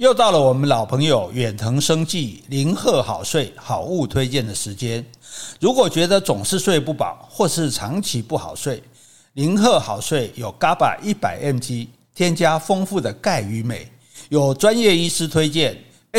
又到了我们老朋友远藤生技零贺好睡好物推荐的时间。如果觉得总是睡不饱，或是长期不好睡，零贺好睡有 GABA 100mg， 添加丰富的钙与镁，有专业医师推荐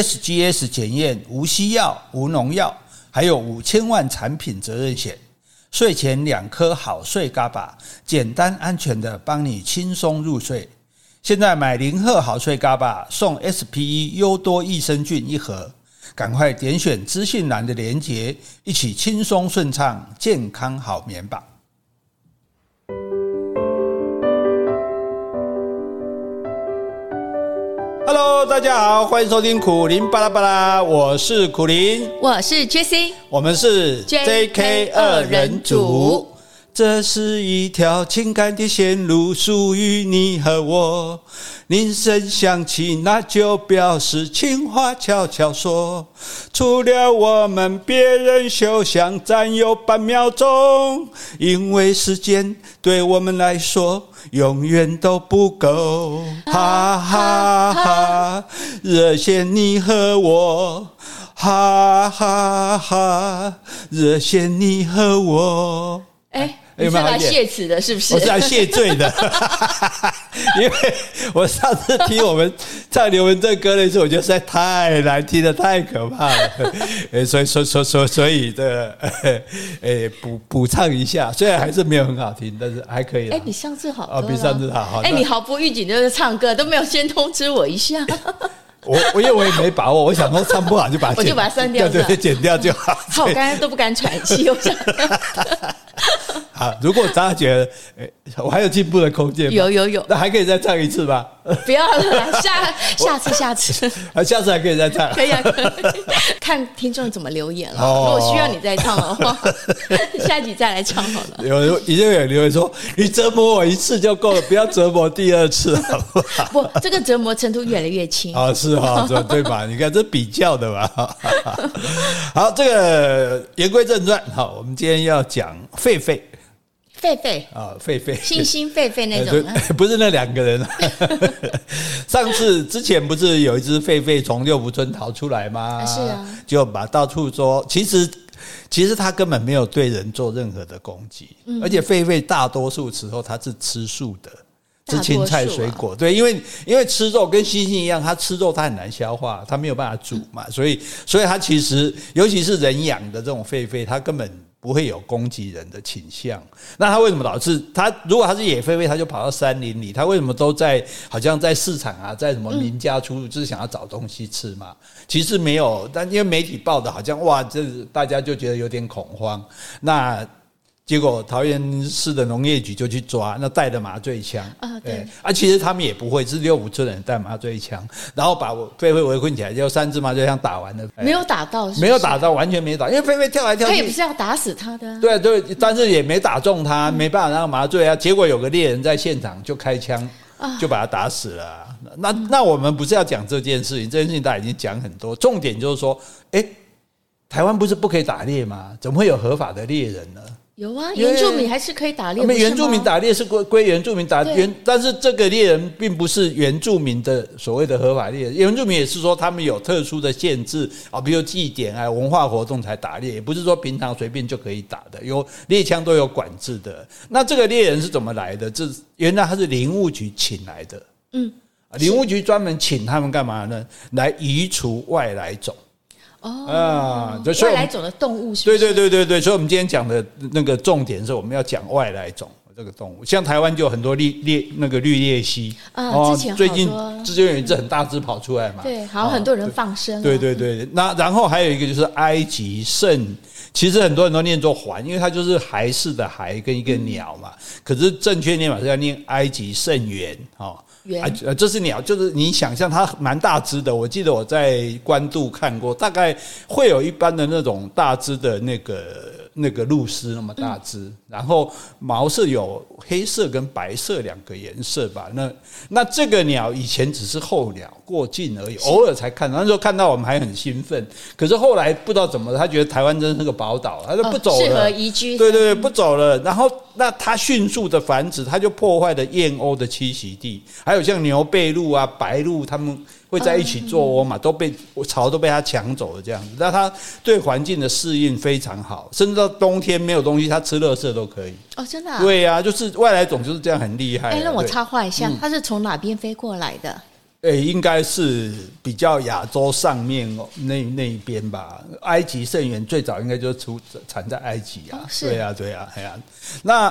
SGS 检验，无西药无农药，还有5000万产品责任险。睡前2颗好睡 GABA， 简单安全的帮你轻松入睡。现在买零贺好睡 GABA 送 SPE 优多益生菌1盒，赶快点选资讯栏的连结，一起轻松顺畅健康好眠吧。Hello， 大家好，欢迎收听苦苓巴拉巴拉，我是苦苓， 我是 JC， 我们是 JK 二人组。这是一条情感的线路，属于你和我。铃声响起，那就表示情话悄悄说。除了我们，别人休想占有半秒钟，因为时间对我们来说永远都不够。哈哈哈，热线你和我，哈哈哈，热线你和我。 你是来谢词的是不是？ 我是来谢罪的因为我上次听我们唱刘文正歌的时候，我觉得实在太难听了，太可怕了所以的补唱一下，虽然还是没有很好听，但是还可以。 比上次好多了， 比上次好。 你毫不预警就是唱歌，都没有先通知我一下因为我也没把握，我想说唱不好就把它我就把它删掉， 对，剪掉就好。 好，我刚才都不敢喘气，我想好，如果大家觉得我还有进步的空间， 有， 那还可以再唱一次吧？ 不要了，下次下次还可以再唱， 可以看听众怎么留言了。如果需要你再唱的话，下集再来唱好了。 已经有留言说，你折磨我一次就够了，不要折磨第二次，好不好？ 不，这个折磨程度越来越轻。 是对吧？你看这比较的吧。好，这个言归正传，好，我们今天要讲狒狒星星狒狒那种不是那2个人之前不是有一只狒狒从六福村逃出来吗？ 是啊， 就把到处说其实他根本没有对人做任何的攻击，而且狒狒大多数时候他是吃素的，吃青菜水果，对，因为吃肉跟猩猩一样，它吃肉它很难消化，它没有办法煮嘛，所以它其实尤其是人养的这种狒狒，它根本不会有攻击人的倾向。那他为什么老是如果他是野狒狒，他就跑到山林里，他为什么都好像在市场啊，在什么民家出入，就是想要找东西吃嘛？其实没有，但因为媒体报的好像哇，这大家就觉得有点恐慌。那结果桃园市的农业局就去抓，那带的麻醉枪对其实他们也不会，是六福村人带麻醉枪，然后把狒狒围困起来，就3支麻醉枪打完了， 没有打到是不是？ 没有打到，完全没打，因为狒狒跳来跳去， 他也不是要打死他的啊。 对，但是也没打中他，没办法让他麻醉啊。结果有个猎人在现场就开枪，就把他打死了啊。那我们不是要讲这件事情，这件事情大家已经讲很多，重点就是说，台湾不是不可以打猎吗？怎么会有合法的猎人呢？ 有啊，原住民还是可以打猎。 原住民打猎是归原住民打，但是这个猎人并不是原住民的所谓的合法猎人。原住民也是说他们有特殊的限制啊，比如祭典啊、文化活动才打猎，也不是说平常随便就可以打的，有猎枪都有管制的。那这个猎人是怎么来的？原来他是林务局请来的。林务局专门请他们干嘛呢？来移除外来种。 外来种的动物是不是？ 对，所以我们今天讲的那个重点是我们要讲外来种这个动物，像台湾就有很多绿鬣蜥最近之前有一只很大只跑出来嘛， 对，好像很多人放生。 对，那然后还有一个就是埃及圣，其实很多人都念作环，因为它就是孩式的孩跟一个鸟嘛，可是正确念法是要念埃及圣猿这是鸟，就是你想象它蛮大只的。我记得我在关渡看过，大概会有一般的那种大只的那个鹭鸶那么大只，然后毛是有黑色跟白色2个颜色吧。那这个鸟以前只是候鸟过境而已，偶尔才看到，那时候看到我们还很兴奋。可是后来不知道怎么，他觉得台湾真是个宝岛，他就不走了， 适合宜居。 对，不走了。然后那它迅速的繁殖，它就破坏了燕鸥的栖息地，还有像牛背鹭啊、白鹭，它们会在一起做窝嘛，都被它抢走了这样子。那它对环境的适应非常好，甚至到冬天没有东西，它吃垃圾都可以。 哦，真的、啊？ 对啊，就是外来种就是这样很厉害。 那我插话一下，它是从哪边飞过来的？ 应该是比较亚洲上面那一边吧。埃及圣猿最早应该就是产在埃及啊。对啊，对啊，哎呀，那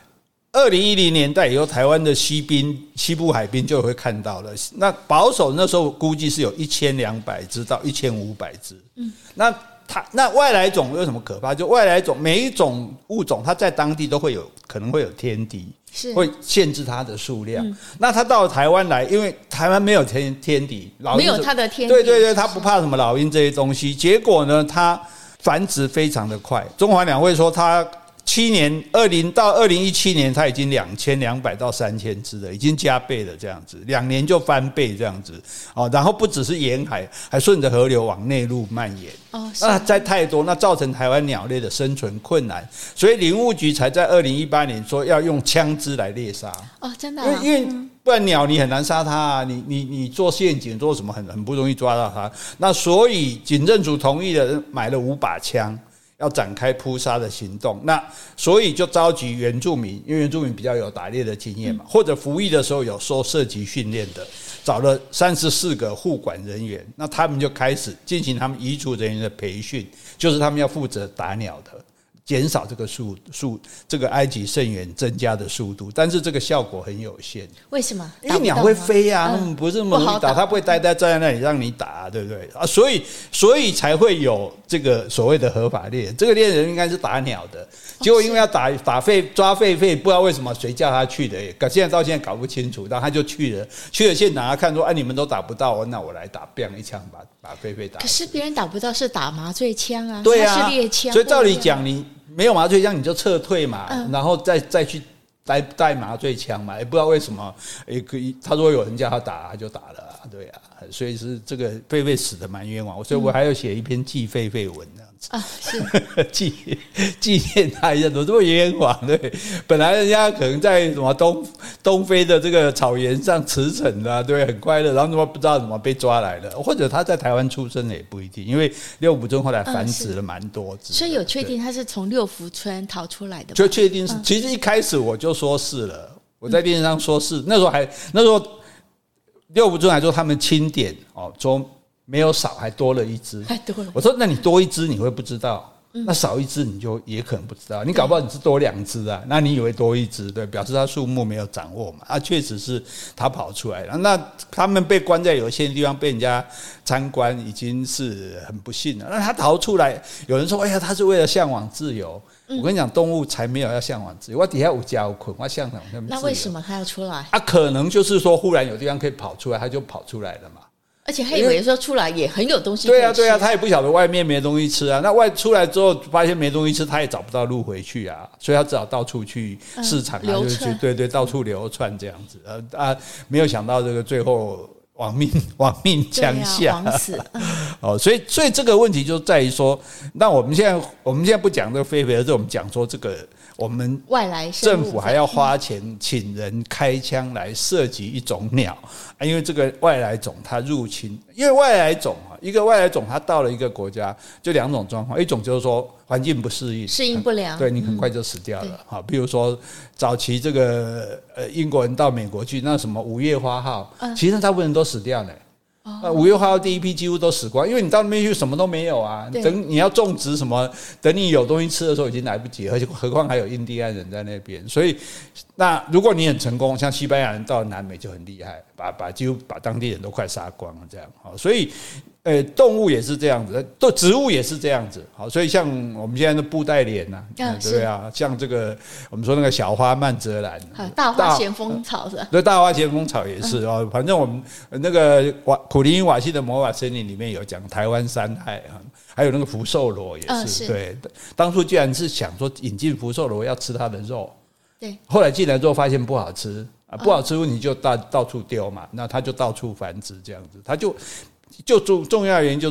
2010年代以后，台湾的西部海滨就会看到了。那保守那时候估计是有1200只到1500只。那外来种有什么可怕？就外来种每一种物种，它在当地都可能会有天敌，会限制它的数量。那它到台湾来，因为台湾没有天敌， 没有它的天敌， 对对对，它不怕什么老鹰这些东西。结果呢，它繁殖非常的快。中华两会说它到2017年，它已经2200到3000只了，已经加倍了这样子，2年就翻倍这样子。然后不只是沿海，还顺着河流往内陆蔓延。那再太多，那造成台湾鸟类的生存困难，所以林务局才在2018年说要用枪支来猎杀。 真的、啊？ 因为不然鸟你很难杀它啊，你做陷阱做什么很不容易抓到它。那所以警政署同意了，买了5把枪。要展开扑杀的行动，那所以就召集原住民，因为原住民比较有打猎的经验嘛，或者服役的时候有受射击训练的，找了34个护管人员，那他们就开始进行他们移除人员的培训，就是他们要负责打鸟的，减少这个埃及圣猿增加的速度，但是这个效果很有限。 为什么？ 因为鸟会飞啊，他们不是那么容易打，它不会站在那里让你打，对不对啊？所以才会有这个所谓的合法猎人。这个猎人应该是打鸟的，结果因为要打抓狒狒，不知道为什么谁叫他去的，到现在搞不清楚。然后他就去了现场，他看说，你们都打不到，那我来打，一枪把狒狒打。 可是别人打不到是打麻醉枪啊， 对啊， 是猎枪。 所以照理讲你没有麻醉枪你就撤退嘛，然后再去带麻醉枪嘛，也不知道为什么，他说有人叫他打，他就打了啊，对啊，所以是这个狒狒死得蛮冤枉，所以我还要写一篇祭狒狒文这样子啊，是纪念他一下，怎么这么冤枉？对，本来人家可能在什么东非的这个草原上驰骋的，对，很快乐，然后怎么不知道怎么被抓来了，或者他在台湾出生的也不一定，因为六福村后来繁殖了蛮多只， 所以有确定他是从六福村逃出来的吗？ 就确定是，其实一开始我就说是了，我在电视上说是，那时候六福村还说他们清点说没有少，还多了一只， 还多了。 我说那你多一只你会不知道，那少一只你就也可能不知道，你搞不好你是多2只啊，那你以为多一只，对，表示它数目没有掌握嘛，确实是它跑出来了。那他们被关在有限的地方被人家参观，已经是很不幸了。那他逃出来，有人说哎呀他是为了向往自由。我跟你讲，动物才没有要向往自由。我底下有家有捆，我向往他们自由。 那为什么他要出来？ 可能就是说，忽然有地方可以跑出来，他就跑出来了嘛。 而且他以为说出来也很有东西可以吃。 对啊，他也不晓得外面没东西吃啊。那出来之后发现没东西吃，他也找不到路回去啊，所以他只好到处去市场啊，就去对到处流窜这样子。没有想到这个最后亡命枪下， 枉死。 所以这个问题就在于说，那我们现在不讲这个狒狒，而是我们讲说这个我们外来政府还要花钱请人开枪来射击一种鸟，因为这个外来种它入侵，因为一个外来种它到了一个国家就2种状况，一种就是说环境不适应不良， 对你很快就死掉了。好，比如说早期这个英国人到美国去，那什么五月花号，其实大部分人都死掉了。5月花号第一批几乎都死光，因为你到那边去什么都没有啊，等你要种植什么，等你有东西吃的时候已经来不及，而且何况还有印第安人在那边，所以那如果你很成功，像西班牙人到南美就很厉害，几乎把当地人都快杀光了这样。所以动物也是这样子，植物也是这样子。好，所以像我们现在的布袋莲呐，对啊，像这个我们说那个小花曼泽兰， 大花咸丰草是吧？ 对，大花咸丰草也是哦。反正我们那个苦林瓦西的魔法森林里面有讲台湾山害啊，还有那个福寿螺也是。对，当初既然是想说引进福寿螺要吃它的肉，对，后来进来之后发现不好吃啊，不好吃你就到处丢嘛，那它就到处繁殖这样子，它就重要的原因就是说，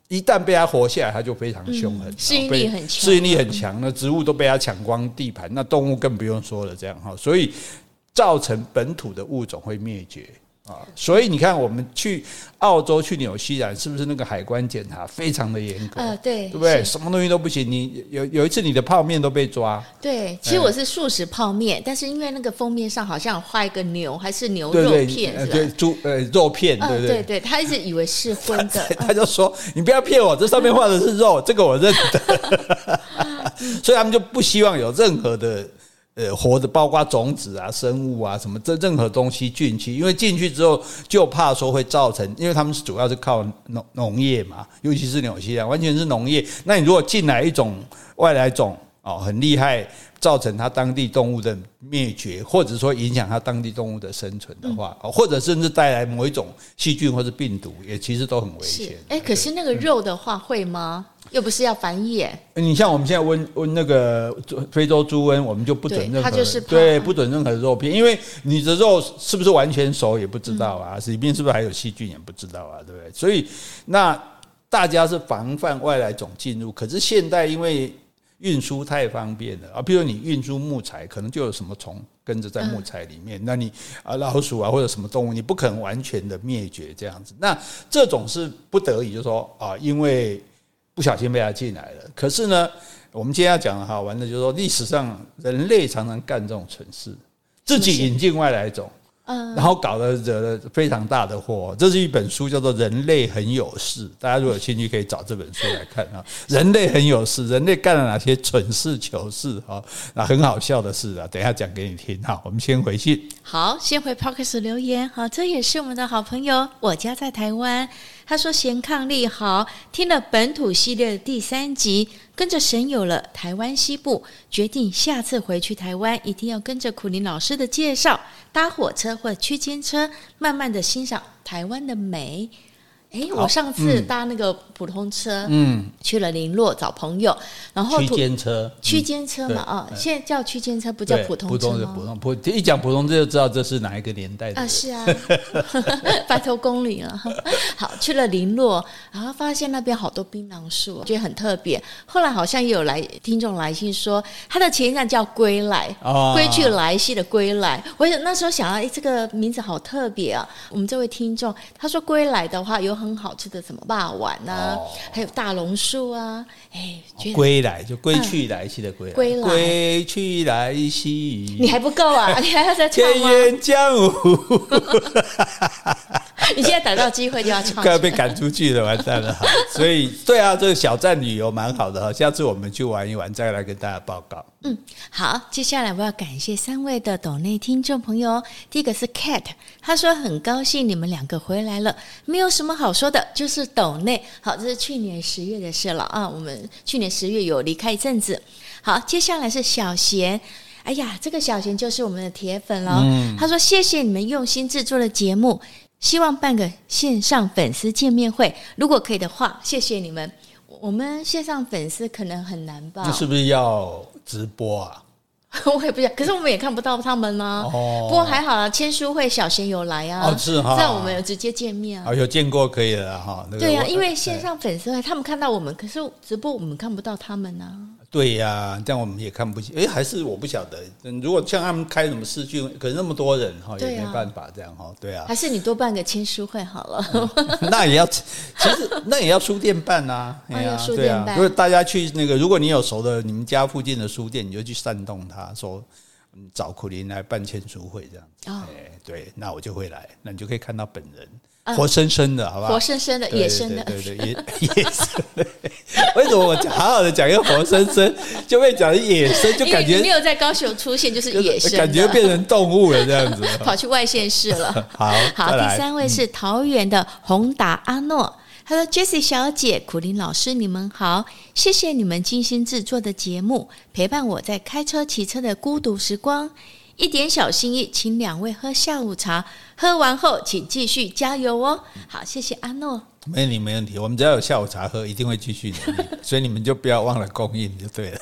一旦被它活下来，它就非常凶狠， 适应力很强， 适应力很强。那植物都被它抢光地盘，那动物更不用说了。这样哈，所以造成本土的物种会灭绝。所以你看，我们去澳洲、去纽西兰，是不是那个海关检查非常的严格？ 对， 对不对？什么东西都不行。你有一次你的泡面都被抓。 对，其实我是素食泡面，但是因为那个封面上好像画一个牛，还是牛肉片， 对猪肉片，对不对？ 对，他一直以为是荤的， 他就说：“你不要骗我，这上面画的是肉，这个我认得。”所以他们就不希望有任何的。活的包括种子啊、生物啊什么，这任何东西进去，因为进去之后就怕说会造成，因为他们主要是靠农业嘛，尤其是纽西兰完全是农业。那你如果进来一种外来种很厉害，造成它当地动物的灭绝，或者说影响它当地动物的生存的话，或者甚至带来某一种细菌或是病毒，也其实都很危险。 可是那个肉的话会吗？又不是要繁衍。 你像我们现在温那个非洲猪瘟，我们就不准任何，对，不准任何肉片，因为你的肉是不是完全熟也不知道啊，里面是不是还有细菌也不知道啊，对不对？所以那大家是防范外来种进入，可是现代因为运输太方便了啊，比如你运输木材，可能就有什么虫跟着在木材里面，那你老鼠啊或者什么动物，你不可能完全的灭绝这样子。那这种是不得已，就是说因为不小心被它进来了。可是呢，我们今天要讲的好玩的就是说，历史上人类常常干这种蠢事，自己引进外来种，然后惹了非常大的祸。这是一本书叫做《人类很有事》，大家如果有兴趣可以找这本书来看啊。人类很有事，人类干了哪些蠢事糗事那很好笑的事等一下讲给你听。我们先回去。 好，先回 Podcast 留言。好，这也是我们的好朋友，我家在台湾。他说贤伉俪好，听了本土系列的第3集，跟着神友了台湾西部，决定下次回去台湾一定要跟着苦苓老师的介绍，搭火车或区间车，慢慢的欣赏台湾的美。我上次搭那个普通车，去了林洛找朋友，然后区间车嘛，现在叫区间车，不叫普通车吗？ 一讲普通车就知道这是哪一个年代的是啊，白头宫女了。好，去了林洛，然后发现那边好多槟榔树，觉得很特别。后来好像也有听众来信说，他的前一站叫归来，归去来兮的归来。我那时候想到，这个名字好特别啊。我们这位听众他说，归来的话有很好吃的什么肉丸啊，还有大榕树啊， 归来就归去来兮的归去来兮， 你还不够啊，你还要再唱吗？ 天边江湖你现在逮到机会就要唱， 快要被赶出去了，完蛋了。所以对啊，这个小站旅游蛮好的，下次我们去玩一玩，再来跟大家报告。 好，接下来我要感谢3位的抖内听众朋友。第一个是 Cat， 他说很高兴你们2个回来了，没有什么好说的，就是抖内。好，这是去年10月的事了啊，我们去年10月有离开一阵子。好，接下来是小贤。哎呀，这个小贤就是我们的铁粉了。他说谢谢你们用心制作的节目，希望办个线上粉丝见面会，如果可以的话，谢谢你们。我们线上粉丝可能很难吧？ 那是不是要直播啊？ 我也不想，可是我们也看不到他们啊。不过还好啦，签书会小贤有来啊。 是哈， 这样我们有直接见面啊。 有见过可以了哈。 对啊，因为线上粉丝会他们看到我们，可是直播我们看不到他们啊。 对呀，这样我们也看不清。还是我不晓得。如果像他们开什么视讯，可是那么多人也没办法这样对啊。 还是你多办个签书会好了。 那也要，其实那也要书店办啊。 要书店办。 如果大家去那个，如果你有熟的你们家附近的书店，你就去煽动他说找苦苓来办签书会这样子。对，那我就会来，那你就可以看到本人。活生生的，好不好？ 活生生的，野生的， 对，野生的。为什么我好好的讲一个活生生，就被讲野生，就感觉没有在高雄出现，就是野生的， 感觉变成动物了这样子， 跑去外县市了。 好， 第3位是桃园的宏达阿诺，他说 Jessie 小姐、苦苓老师，你们好，谢谢你们精心制作的节目，陪伴我在开车、骑车的孤独时光。一点小心意，请2位喝下午茶，喝完后请继续加油哦。好，谢谢阿诺。 没问题，我们只要有下午茶喝，一定会继续努力，所以你们就不要忘了供应就对了。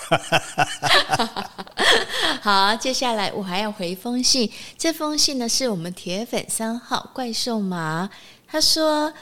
好，接下来我还要回一封信，这封信呢是我们铁粉3号怪兽马，他说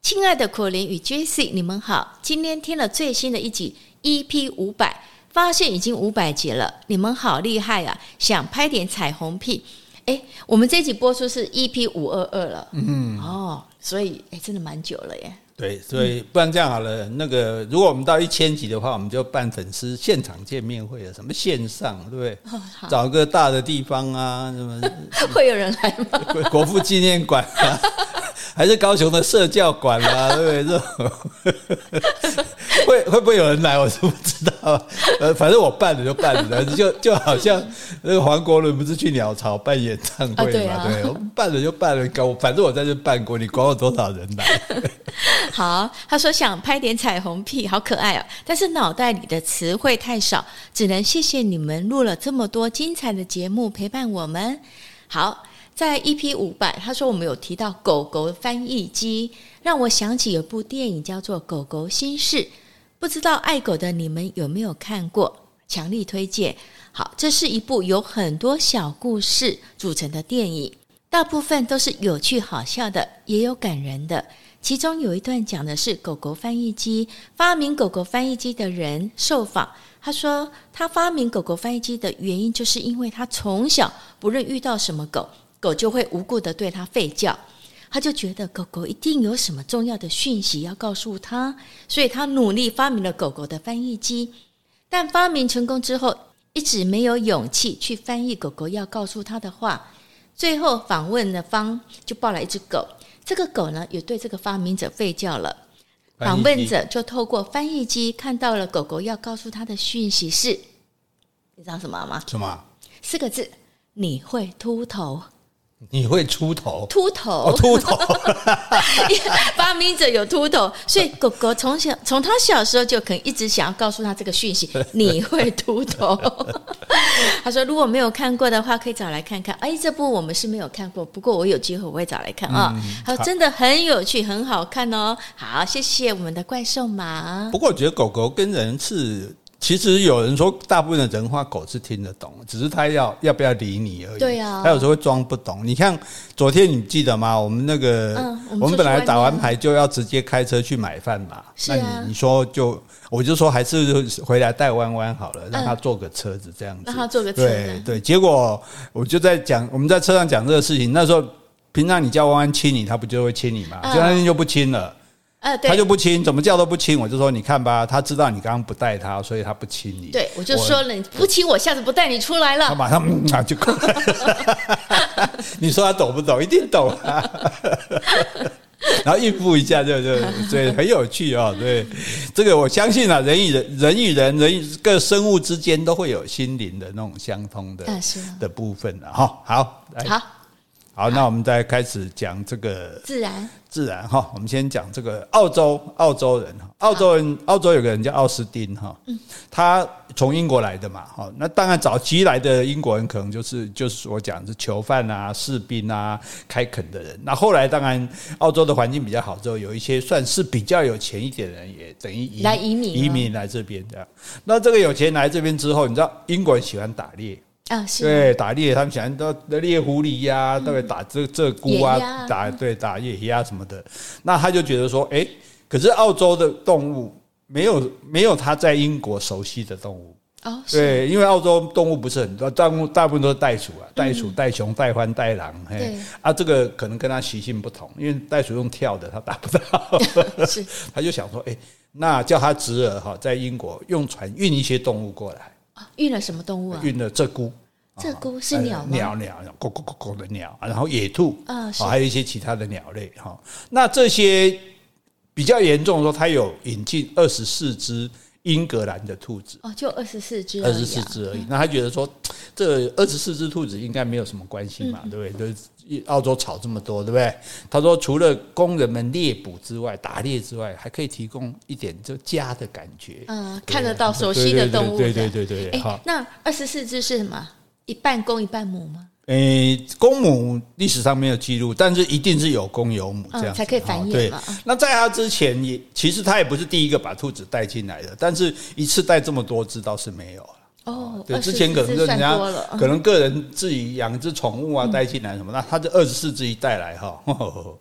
亲爱的可怜与 Jessie， 你们好，今天听了最新的一集 EP500， 发现已经500集了，你们好厉害啊，想拍点彩虹屁。我们这集播出是 EP522 了，所以真的蛮久了耶。 对，所以不然这样好了，那个如果我们到1000集的话，我们就办粉丝现场见面会了，什么线上，对不对？找个大的地方啊，什么会有人来吗？ 国父纪念馆啊，还是高雄的社教馆啊，对不对？这种会不会有人来，我是不知道。反正我办了就办了，就好像那个黄国伦不是去鸟巢办演唱会嘛？对，我办了就办了，反正我在这办过，你管我多少人来？ 好，他说想拍点彩虹屁，好可爱哦，但是脑袋里的词汇太少，只能谢谢你们录了这么多精彩的节目陪伴我们。好，在 EP500， 他说我们有提到狗狗翻译机，让我想起有部电影叫做《狗狗心事》，不知道爱狗的你们有没有看过？强力推荐。好，这是一部有很多小故事组成的电影，大部分都是有趣好笑的，也有感人的。其中有一段讲的是狗狗翻译机，发明狗狗翻译机的人受访，他说他发明狗狗翻译机的原因就是因为他从小不论遇到什么狗，狗就会无故的对他吠叫，他就觉得狗狗一定有什么重要的讯息要告诉他，所以他努力发明了狗狗的翻译机。但发明成功之后，一直没有勇气去翻译狗狗要告诉他的话。最后访问的方就抱来一只狗，这个狗呢也对这个发明者吠叫了，访问者就透过翻译机看到了狗狗要告诉他的讯息是，你知道什么吗？ 什么 ？4个字，你会秃头。 你会出头？ 秃头， 秃头。 发明者有秃头，所以狗狗从他小时候就可能一直想要告诉他这个讯息，你会秃头。他说如果没有看过的话可以找来看看。这部我们是没有看过，不过我有机会我会找来看啊。他说真的很有趣很好看哦。好，谢谢我们的怪兽马。 不过我觉得狗狗跟人是，其实有人说大部分的人话狗是听得懂，只是他要不要理你而已。 对啊， 他有时候会装不懂。你看昨天你记得吗？我们那个我们本来打完牌就要直接开车去买饭嘛。那你说我就说还是回来带弯弯好了，让他坐个车子这样子。 让他坐个车子。 对，结果我就在讲，我们在车上讲这个事情。那时候平常你叫弯弯亲你，他不就会亲你吗？就那天就不亲了。他就不亲，怎么叫都不亲。我就说你看吧，他知道你刚刚不带他，所以他不亲你。 对，我就说了，你不亲我，下次不带你出来了。 他马上就过来了。你说他懂不懂？一定懂啊。然后应付一下就对，很有趣哦。对，这个我相信啊，人与人各生物之间都会有心灵的那种相通的部分的哈。好，那我们再开始讲这个自然哈。我们先讲这个澳洲人，澳洲有个人叫奥斯汀哈，他从英国来的嘛哈。那当然早期来的英国人可能就是我讲是囚犯啊、士兵啊、开垦的人。那后来当然澳洲的环境比较好之后，有一些算是比较有钱一点的人也等于移民来这边这样。那这个有钱来这边之后，你知道英国人喜欢打猎。对，打猎他们喜欢都猎狐狸呀，都会打鹧鸪啊，打野鸭什么的。那他就觉得说，可是澳洲的动物没有他在英国熟悉的动物。对，因为澳洲动物不是很多，大部分都是袋鼠啊，袋鼠、袋熊、袋獾、袋狼。这个可能跟他习性不同，因为袋鼠用跳的，他打不到。他就想说，那叫他侄儿在英国用船运一些动物过来。 运了什么动物啊？ 运了鹧鸪。 鹧鸪是鸟吗？ 鸟，咕咕咕咕的鸟，然后野兔还有一些其他的鸟类哈。那这些比较严重的说，它有引进24只英格兰的兔子。 就24只而已。那他觉得说，这24只兔子应该没有什么关系嘛，对不对？澳洲草这么多，对不对？他说，除了供人们猎捕之外，打猎之外，还可以提供一点就家的感觉。 看得到熟悉的动物。 对。 那24只是什么？一半公一半母吗？ 公母历史上没有记录，但是一定是有公有母这样才可以繁衍嘛。 那在他之前其实他也不是第一个把兔子带进来的，但是一次带这么多只倒是没有。对，之前可能就人家可能个人自己养只宠物啊带进来什么，那他这24只一带来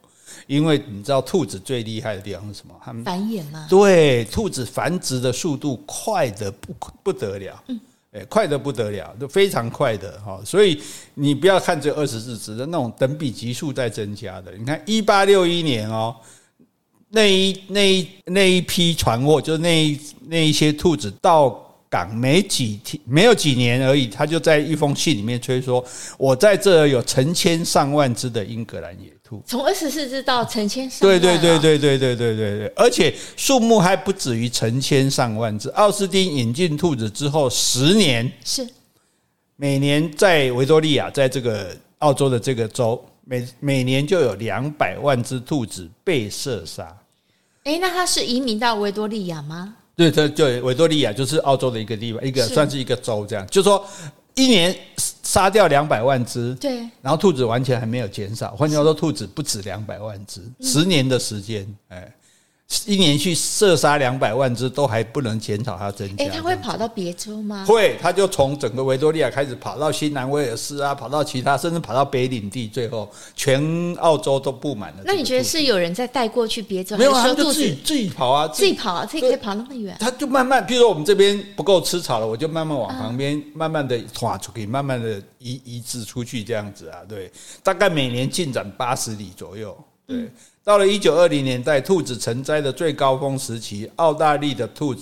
因为你知道兔子最厉害的地方是什么？它们繁衍嘛。 对，兔子繁殖的速度快得不得了，快得不得了，都非常快的哈。所以你不要看这24只的那种等比级数在增加的。你看1861年哦，那一批船货，就是那一些兔子到港没有几年而已，他就在一封信里面吹说，我在这有成千上万只的英格兰野兔， 从24只到成千上万， 对，而且数目还不止于成千上万只。奥斯汀引进兔子之后10年， 是每年在维多利亚，在这个澳洲的这个州，每年就有200万只兔子被射杀。 那他是移民到维多利亚吗？ 对，维多利亚就是澳洲的一个地方，算是一个州，这样就是说一年杀掉200万只， 对， 然后兔子完全还没有减少，换句话说，兔子不止200万只，10年的时间，一年去射杀200万只都还不能减少它增加。 它会跑到别州吗？ 会，它就从整个维多利亚开始跑到新南威尔士啊，跑到其他，甚至跑到北领地，最后全澳洲都布满了。 那你觉得是有人在带过去别州？ 没有啊，就自己跑啊， 自己跑，自己可以跑那么远。 它就慢慢，比如说我们这边不够吃草了，我就慢慢往旁边，慢慢的划出去，慢慢的移植出去，这样子啊，对，大概每年进展80里左右，对。到了1920年代，兔子成灾的最高峰时期，澳大利亚的兔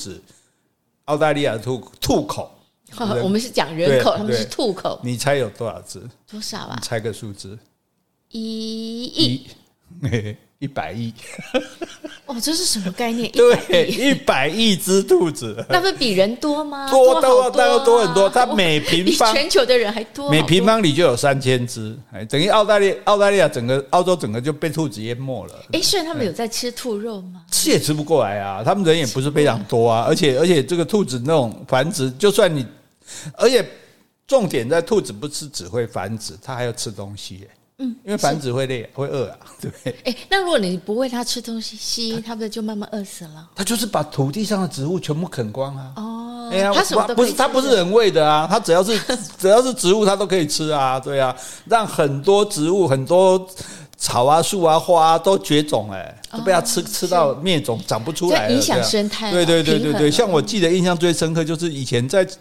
口， 我们是讲人口，他们是兔口。 你猜有多少只？ 多少啊？ 你猜个数字。 1亿 ，100亿。 这是什么概念？ 对，100亿只兔子， 那不是比人多吗？ 大概多很多。它每平方比全球的人还多， 每平方里就有3000只，等于澳大利亚整个澳洲整个就被兔子淹没了。 所以他们有在吃兔肉吗？ 吃也吃不过来啊，他们人也不是非常多啊，而且这个兔子那种繁殖，就算你，而且重点在兔子不是只会繁殖，它还要吃东西。因为繁殖会累，会饿啊，对不对？ 那如果你不喂它吃东西，它不就慢慢饿死了？ 它就是把土地上的植物全部啃光啊！ 它什么都可以吃， 它不是人喂的啊，它只要是植物，它都可以吃啊，对啊，让很多植物、很多草啊、树啊、花啊都绝种，都被它吃到灭种，长不出来了， 影响生态。 对，像我记得印象最深刻就是以前在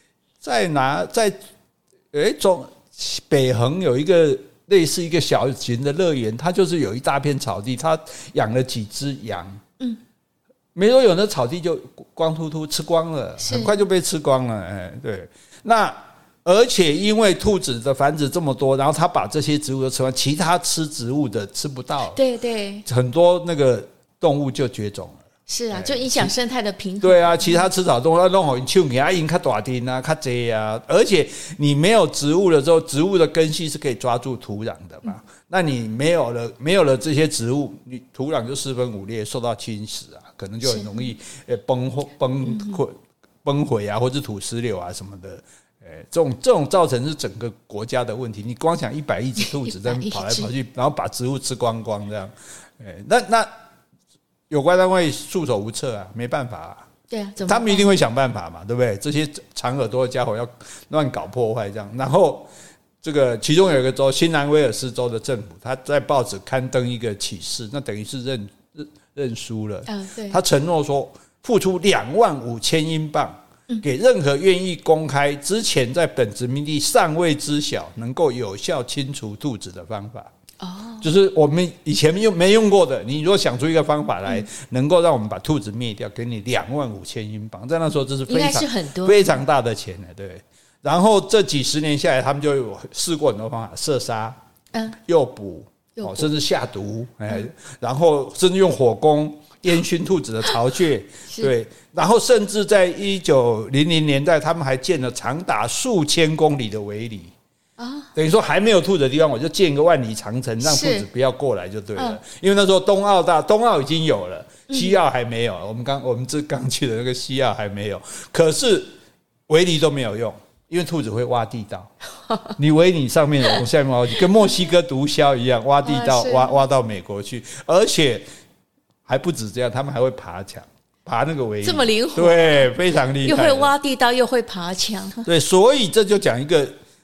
北横有一个。类似一个小型的乐园，它就是有一大片草地，它养了几只羊，没多久那草地就光秃秃吃光了，很快就被吃光了，对。那而且因为兔子的繁殖这么多，然后它把这些植物都吃完，其他吃植物的吃不到， 对， 很多那个动物就绝种了。 是啊，就影响生态的平衡。 对啊，其他吃草动物要弄好树给它赢较大丁啊，较济啊。而且你没有植物的时候，植物的根系是可以抓住土壤的嘛。那你没有了这些植物，你土壤就四分五裂，受到侵蚀啊，可能就很容易崩毁啊，或者土石流啊什么的。这种造成是整个国家的问题。你光想100亿只兔子在跑来跑去，然后把植物吃光光这样，那。有关单位束手无策啊，没办法啊。 对啊， 他们一定会想办法嘛，对不对？这些长耳朵的家伙要乱搞破坏这样，然后这个其中有一个州，新南威尔士州的政府，他在报纸刊登一个启事，那等于是认输了。 对， 他承诺说付出25000英镑给任何愿意公开之前在本殖民地尚未知晓能够有效清除兔子的方法。就是我们以前没用过的，你如果想出一个方法来，能够让我们把兔子灭掉，给你25000英镑，在那时候这是非常大的钱的，对。然后这几十年下来，他们就有试过很多方法，射杀、诱捕，甚至下毒，然后甚至用火攻烟熏兔子的巢穴，对。然后甚至在1900年代，他们还建了长达数千公里的围篱。等于说还没有兔子的地方，我就建一个万里长城，让兔子不要过来就对了。因为那时候东澳已经有了，西澳还没有。我们刚去的那个西澳还没有，可是围篱都没有用，因为兔子会挖地道。你围你上面的，我下面挖，跟墨西哥毒枭一样，挖地道挖到美国去，而且还不止这样，他们还会爬墙。爬那个围篱这么灵活， 对，非常厉害， 又会挖地道，又会爬墙， 对，所以这就讲一个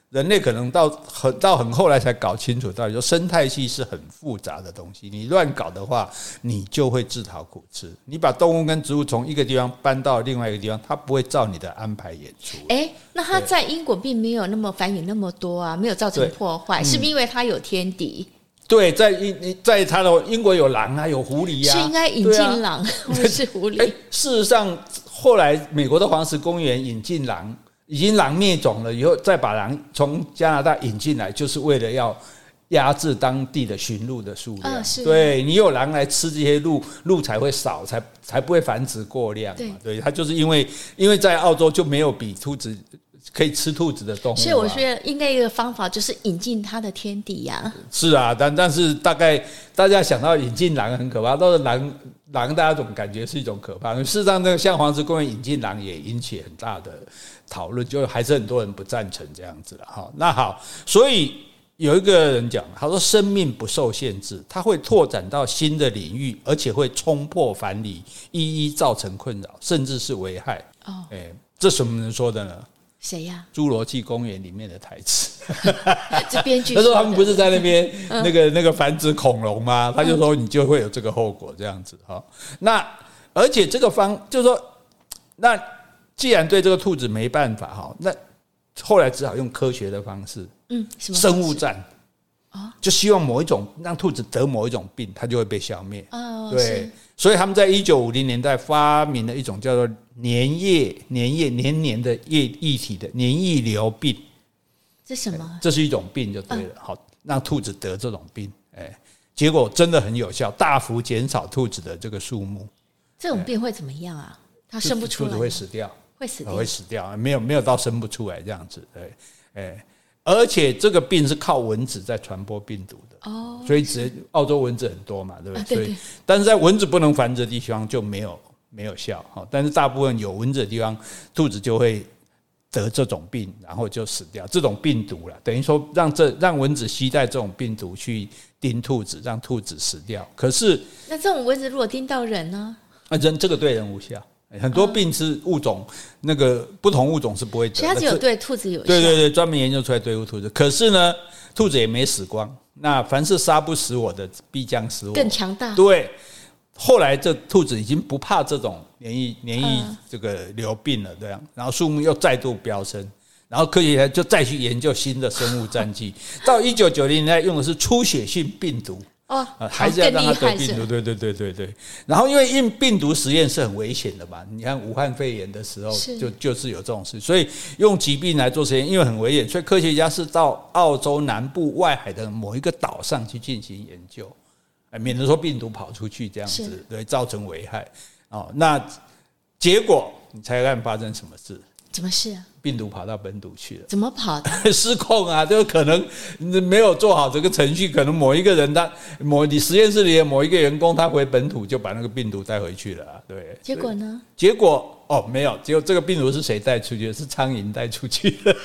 人类可能到很后来才搞清楚，到底说生态系是很复杂的东西，你乱搞的话，你就会自讨苦吃。你把动物跟植物从一个地方搬到另外一个地方，它不会照你的安排演出。 那它在英国并没有那么繁衍那么多啊，没有造成破坏，是不是因为它有天敌？ 对，在它的英国有狼啊，有狐狸啊， 是应该引进狼，或者是狐狸。 事实上，后来美国的黄石公园引进狼。已经狼灭种了以后，再把狼从加拿大引进来，就是为了要压制当地的驯鹿的数量。对，你有狼来吃这些鹿才会少，才不会繁殖过量嘛。对，它就是因为在澳洲就没有比兔子可以吃兔子的动物， 所以我觉得应该一个方法就是引进它的天敌呀。 是啊，但是大概大家想到引进狼很可怕，都是狼大家总感觉是一种可怕。事实上，那个像黄石公园引进狼也引起很大的讨论，就还是很多人不赞成这样子了。那好，所以有一个人讲，他说生命不受限制，它会拓展到新的领域，而且会冲破藩篱，一一造成困扰，甚至是危害。这什么人说的呢？ 谁呀？ 侏罗纪公园里面的台词。 这编剧他说他们不是在那边那个繁殖恐龙吗？他就说你就会有这个后果这样子。那而且这个就是说，那既然对这个兔子没办法，那后来只好用科学的方式，生物战，就希望某一种让兔子得某一种病，它就会被消灭。对，所以他们在1950年代发明了一种叫做黏黏的液体的黏液瘤病。 这什么？ 这是一种病就对了。好，让兔子得这种病，结果真的很有效，大幅减少兔子的这个数目。 这种病会怎么样啊？它生不出来， 兔子会死掉， 会死掉， 没有到生不出来这样子。而且这个病是靠蚊子在传播病毒的。所以澳洲蚊子很多嘛，对不对？所以，但是在蚊子不能繁殖的地方就没有效。但是大部分有蚊子的地方，兔子就会得这种病，然后就死掉。这种病毒啦，等于说让蚊子携带这种病毒去叮兔子，让兔子死掉。可是那这种蚊子如果叮到人呢？ 人这个对人无效。很多病是物种，那个不同物种是不会得的， 它只有对兔子有效。 对，专门研究出来对付兔子。可是呢，兔子也没死光。那凡是杀不死我的，必将死我。 更强大。 对，后来这兔子已经不怕这种免疫这个流病了，这样，然后数目又再度飙升，然后科学家就再去研究新的生物战剂。到1990年代用的是出血性病毒。还是要让它得病毒，对。然后因为病毒实验是很危险的嘛，你看武汉肺炎的时候就是有这种事，所以用疾病来做实验，因为很危险，所以科学家是到澳洲南部外海的某一个岛上去进行研究，免得说病毒跑出去这样子，对，造成危害。那结果你猜看发生什么事？ 什么事啊？ 病毒跑到本土去了。 怎么跑的？ 失控啊！就可能没有做好这个程序，可能某一个人你实验室里的某一个员工，他回本土就把那个病毒带回去了。对， 结果呢？ 结果没有，结果这个病毒是谁带出去的？是苍蝇带出去的。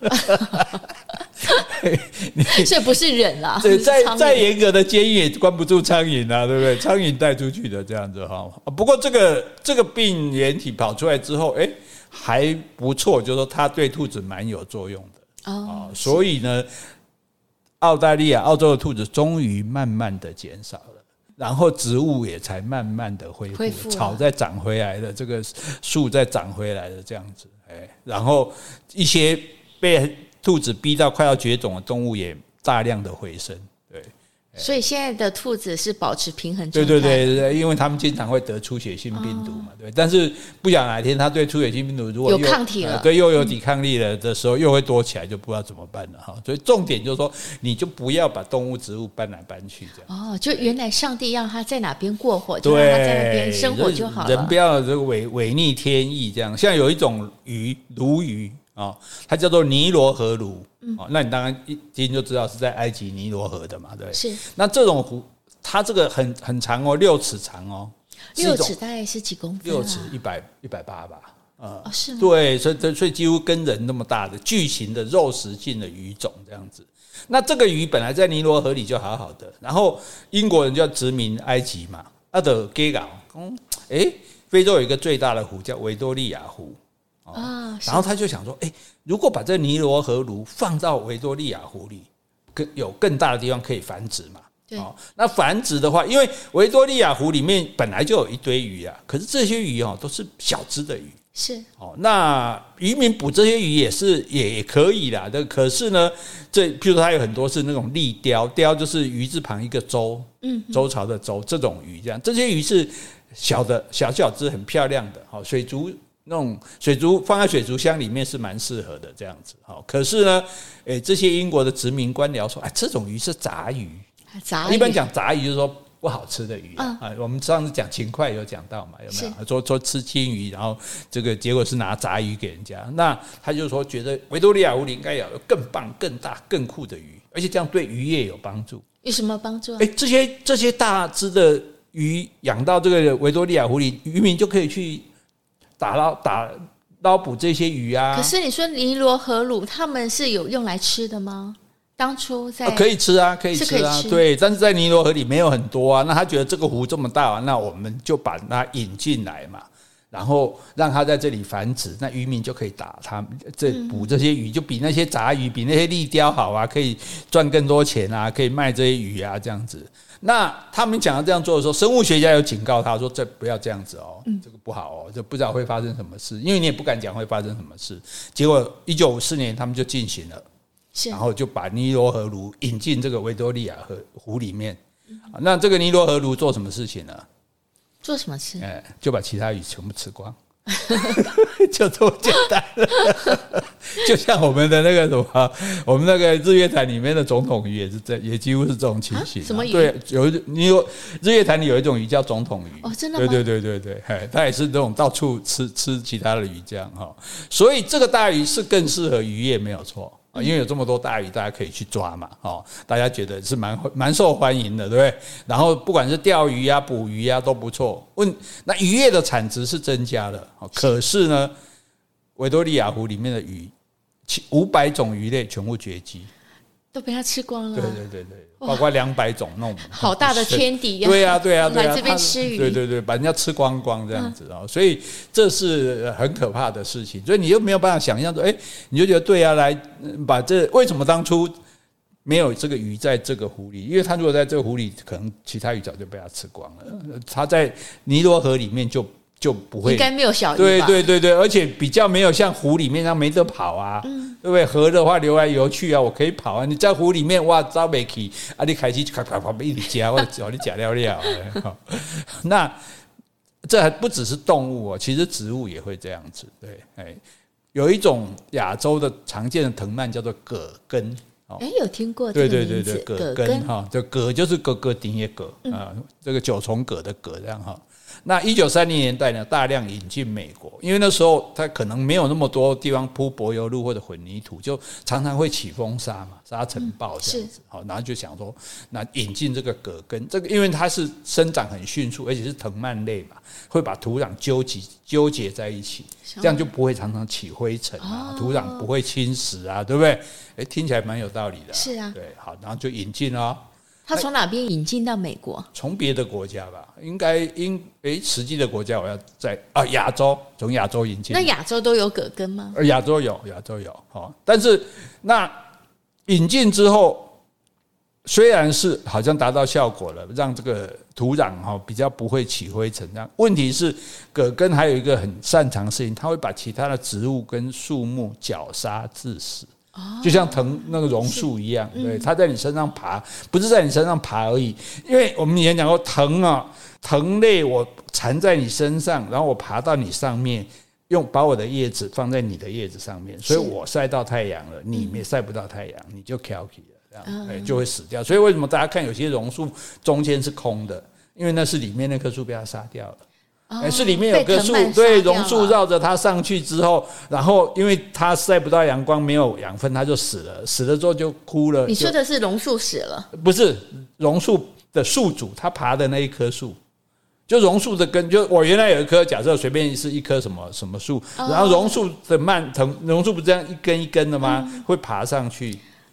所以不是人啦。 对，再严格的监狱也关不住苍蝇啊，对不对？苍蝇带出去的这样子哈。不过这个病原体跑出来之后，还不错，就是说它对兔子蛮有作用的。所以呢，澳洲的兔子终于慢慢的减少了，然后植物也才慢慢的恢复，草再长回来的，这个树再长回来的这样子。然后一些被兔子逼到快要绝种的动物也大量的回升。对。 所以现在的兔子是保持平衡状态。 对，因为他们经常会得出血性病毒嘛，对。但是不晓得哪天他对出血性病毒如果有抗体了， 对，又有抵抗力了的时候，又会多起来，就不知道怎么办了哈。所以重点就是说，你就不要把动物、植物搬来搬去这样。 就原来上帝让他在哪边过活，就让他在那边生活就好了。 人不要这个违逆天意这样。像有一种鱼，鲈鱼。它叫做尼罗河鲈。那你当然一听就知道是在埃及尼罗河的嘛，对。 是。 那这种湖，它这个很长6尺长 6尺大概是几公分 ？6尺180吧。 是吗？ 对，所以几乎跟人那么大的巨型的肉食性的鱼种这样子。那这个鱼本来在尼罗河里就好好的，然后英国人就要殖民埃及嘛，就给搞。非洲有一个最大的湖叫维多利亚湖。 然后他就想说，如果把这尼罗河鲈放到维多利亚湖里，有更大的地方可以繁殖嘛？ 对， 那繁殖的话，因为维多利亚湖里面本来就有一堆鱼啊，可是这些鱼都是小只的鱼。 是那渔民捕这些鱼也可以啦。可是呢，譬如说它有很多是那种立鲷，鲷就是鱼字旁一个周，周朝的周，这种鱼这些鱼是小只，很漂亮的。水族那种水族放在水族箱里面是蛮适合的这样子。可是呢，这些英国的殖民官僚说，这种鱼是杂鱼。一般讲杂鱼就是说不好吃的鱼我们上次讲秦桧有讲到嘛，有没有说吃青鱼，然后这个结果是拿杂鱼给人家。那他就说觉得维多利亚湖里应该有更棒、更大、更酷的鱼，而且这样对渔业有帮助。 有什么帮助这些大只的鱼养到这个维多利亚湖里，渔民就可以去打捞捕这些鱼啊。 可是你说尼罗河鲈他们是有用来吃的吗？当初在可以吃啊，可以吃啊，对，但是在尼罗河里没有很多啊。那他觉得这个湖这么大那我们就把它引进来嘛，然后让它在这里繁殖，那渔民就可以打它，捕这些鱼就比那些杂鱼、比那些立鲷好啊，可以赚更多钱啊，可以卖这些鱼啊，这样子。那他们讲要这样做的时候，生物学家有警告他说：“这不要这样子这个不好这不知道会发生什么事，因为你也不敢讲会发生什么事。”结果1954年他们就进行了。然后就把尼罗河鲈引进这个维多利亚湖里面。那这个尼罗河鲈做什么事情呢？ 做什么事？ 就把其他鱼全部吃光，就这么简单了。就像我们的那个什么，我们那个日月潭里面的总统鱼也几乎是这种情形。 什么鱼？ 对，日月潭里有一种鱼叫总统鱼。 真的吗？ 对，它也是这种到处吃其他的鱼这样所以这个大鱼是更适合渔业，没有错。因为有这么多大鱼，大家可以去抓嘛，大家觉得是蛮受欢迎的，对不对？然后不管是钓鱼啊、捕鱼啊都不错。那渔业的产值是增加了，可是呢，维多利亚湖里面的鱼500种鱼类全部绝迹， 都被它吃光了。 对，包括200种那种好大的天敌对啊， 来这边吃鱼， 对，把人家吃光这样子所以这是很可怕的事情。所以你又没有办法想象说，你就觉得对啊，来把为什么当初没有这个鱼在这个湖里？因为它如果在这个湖里，可能其他鱼早就被它吃光了。它在尼罗河里面就不会， 应该没有小鱼吧？ 对，而且比较没有像湖里面那样没得跑啊，对不对？河的话游来游去啊，我可以跑啊。你在湖里面哇，走不去啊，你开始啪一直夹，我叫你夹了。那这还不只是动物其实植物也会这样子。对，有一种亚洲的常见的藤蔓叫做葛根。 有听过这个名字？ 葛根这葛就是哥哥丁的葛这个九重葛的葛这样那1930年代呢，大量引进美国，因为那时候它可能没有那么多地方铺柏油路或者混凝土，就常常会起风沙嘛，沙尘暴这样子。然后就想说，那引进这个葛根，这个因为它是生长很迅速，而且是藤蔓类嘛，会把土壤纠结在一起，这样就不会常常起灰尘土壤不会侵蚀啊，对不对？听起来蛮有道理的。 是啊， 对，好，然后就引进了。 他从哪边引进到美国？ 从别的国家吧，实际的国家我要在亚洲，从亚洲引进。 那亚洲都有葛根吗？ 亚洲有但是那引进之后，虽然是好像达到效果了，让这个土壤比较不会起灰尘，这样问题是葛根还有一个很擅长的事情，它会把其他的植物跟树木绞杀致死。就像那个榕树一样，对，它在你身上爬，不是在你身上爬而已。因为我们以前讲过，藤类我缠在你身上，然后我爬到你上面，把我的叶子放在你的叶子上面，所以我晒到太阳了，你也晒不到太阳，你就翘起了，这样就会死掉。所以为什么大家看有些榕树中间是空的？因为那是里面那棵树被它杀掉了。是里面有棵树，对，榕树绕着它上去之后，然后因为它晒不到阳光，没有养分，它就死了。死了之后就枯了。 你说的是榕树死了？ 不是，榕树的树主他爬的那一棵树，就榕树的根。就我原来有一棵，假设随便是一棵什么树，然后榕树的蔓藤，榕树不是这样一根一根的吗？会爬上去。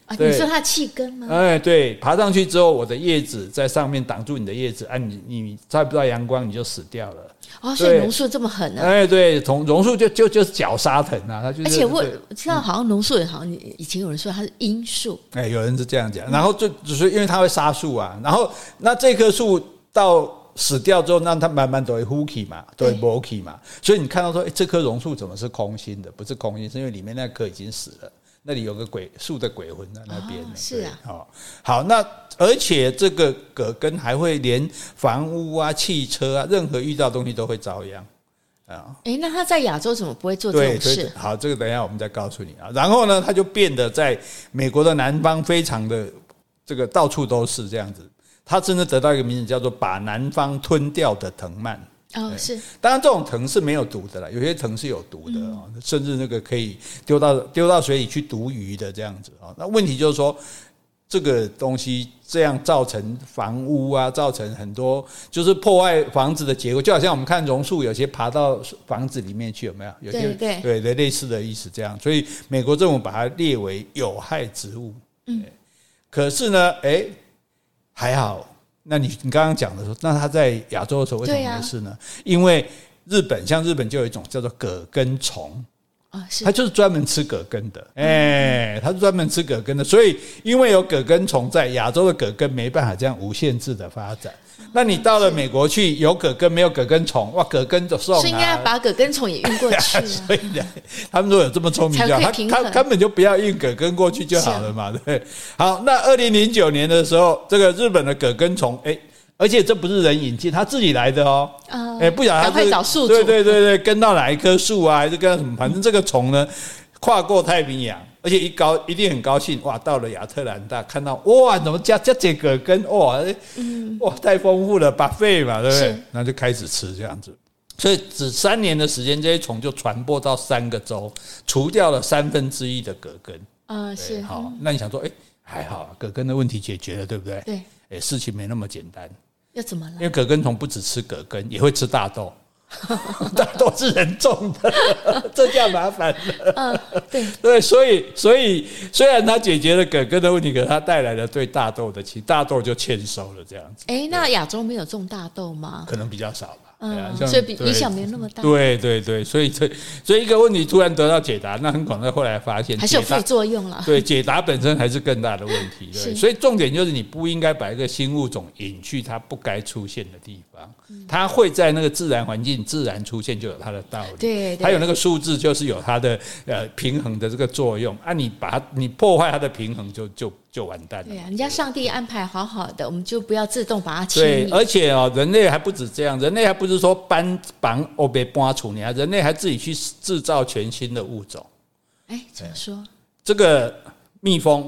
啊，你说它气根吗？ 对，爬上去之后，我的叶子在上面挡住你的叶子，你照不到阳光，你就死掉了。 所以榕树这么狠啊？对，从榕树就是绞杀藤啊，它就是。 而且我知道，好像榕树好像以前有人说它是阴树， 有人是这样讲。然后就是因为它会杀树啊，然后那这棵树到死掉之后，那它慢慢都会枯起嘛，都会没起嘛，所以你看到说，这棵榕树怎么是空心的？不是空心，是因为里面那棵已经死了。那里有个树的鬼魂在那边。 是啊。 好，那而且这个葛根还会连房屋啊、汽车啊，任何遇到的东西都会遭殃啊。 那他在亚洲怎么不会做这种事？ 好，这个等一下我们再告诉你啊。然后呢，他就变得在美国的南方非常的这个到处都是这样子。他真的得到一个名字叫做把南方吞掉的藤蔓。 是。 当然，这种藤是没有毒的啦，有些藤是有毒的甚至那个可以丢到水里去毒鱼的这样子那问题就是说，这个东西这样造成房屋啊，造成很多就是破坏房子的结构，就好像我们看榕树有些爬到房子里面去，有没有？有些对类似的意思这样，所以美国政府把它列为有害植物。可是呢，还好。那你刚刚讲的时候，那他在亚洲的时候为什么没事呢？因为日本就有一种叫做葛根虫它就是专门吃葛根的，它是专门吃葛根的，所以因为有葛根虫在，亚洲的葛根没办法这样无限制的发展。那你到了美国去，有葛根没有葛根虫，哇，葛根就送所以应该要把葛根虫也运过去所以他们如果有这么聪明，他根本就不要运葛根过去就好了嘛，对。好，那2009年的时候，这个日本的葛根虫，而且这不是人引进，他自己来的不晓得他是找宿主， 对，跟到哪一棵树啊，还是跟什么，反正这个虫呢，跨过太平洋。而且一定很高兴哇！到了亚特兰大，看到哇，怎么加这葛根哇，太丰富了，buffet嘛，对不对？然后就开始吃这样子，所以只3年的时间，这些虫就传播到3个州，除掉了1/3的葛根。 是好，那你想说，还好，葛根的问题解决了，对不对？ 对， 事情没那么简单。 要怎么了？ 因为葛根虫不只吃葛根，也会吃大豆。大豆是人种的，这叫麻烦了。对，所以虽然它解决了葛根的问题，可是它带来了对大豆的大豆就欠收了这样子。 那亚洲没有种大豆吗？ 可能比较少吧。 所以影响没那么大。 对，所以一个问题突然得到解答，那很可能后来发现还是有副作用了。 对，解答本身还是更大的问题。对，所以重点就是你不应该把一个新物种引去它不该出现的地方，它会在那个自然环境自然出现就有它的道理。 对， 它有那个数字就是有它的平衡的这个作用啊，你破坏它的平衡就完蛋了。 对啊，人家上帝安排好好的，我们就不要自动把它迁移。 对，而且人类还不止这样，人类还不是说搬被搬除，人类还自己去制造全新的物种。 怎么说？ 这个蜜蜂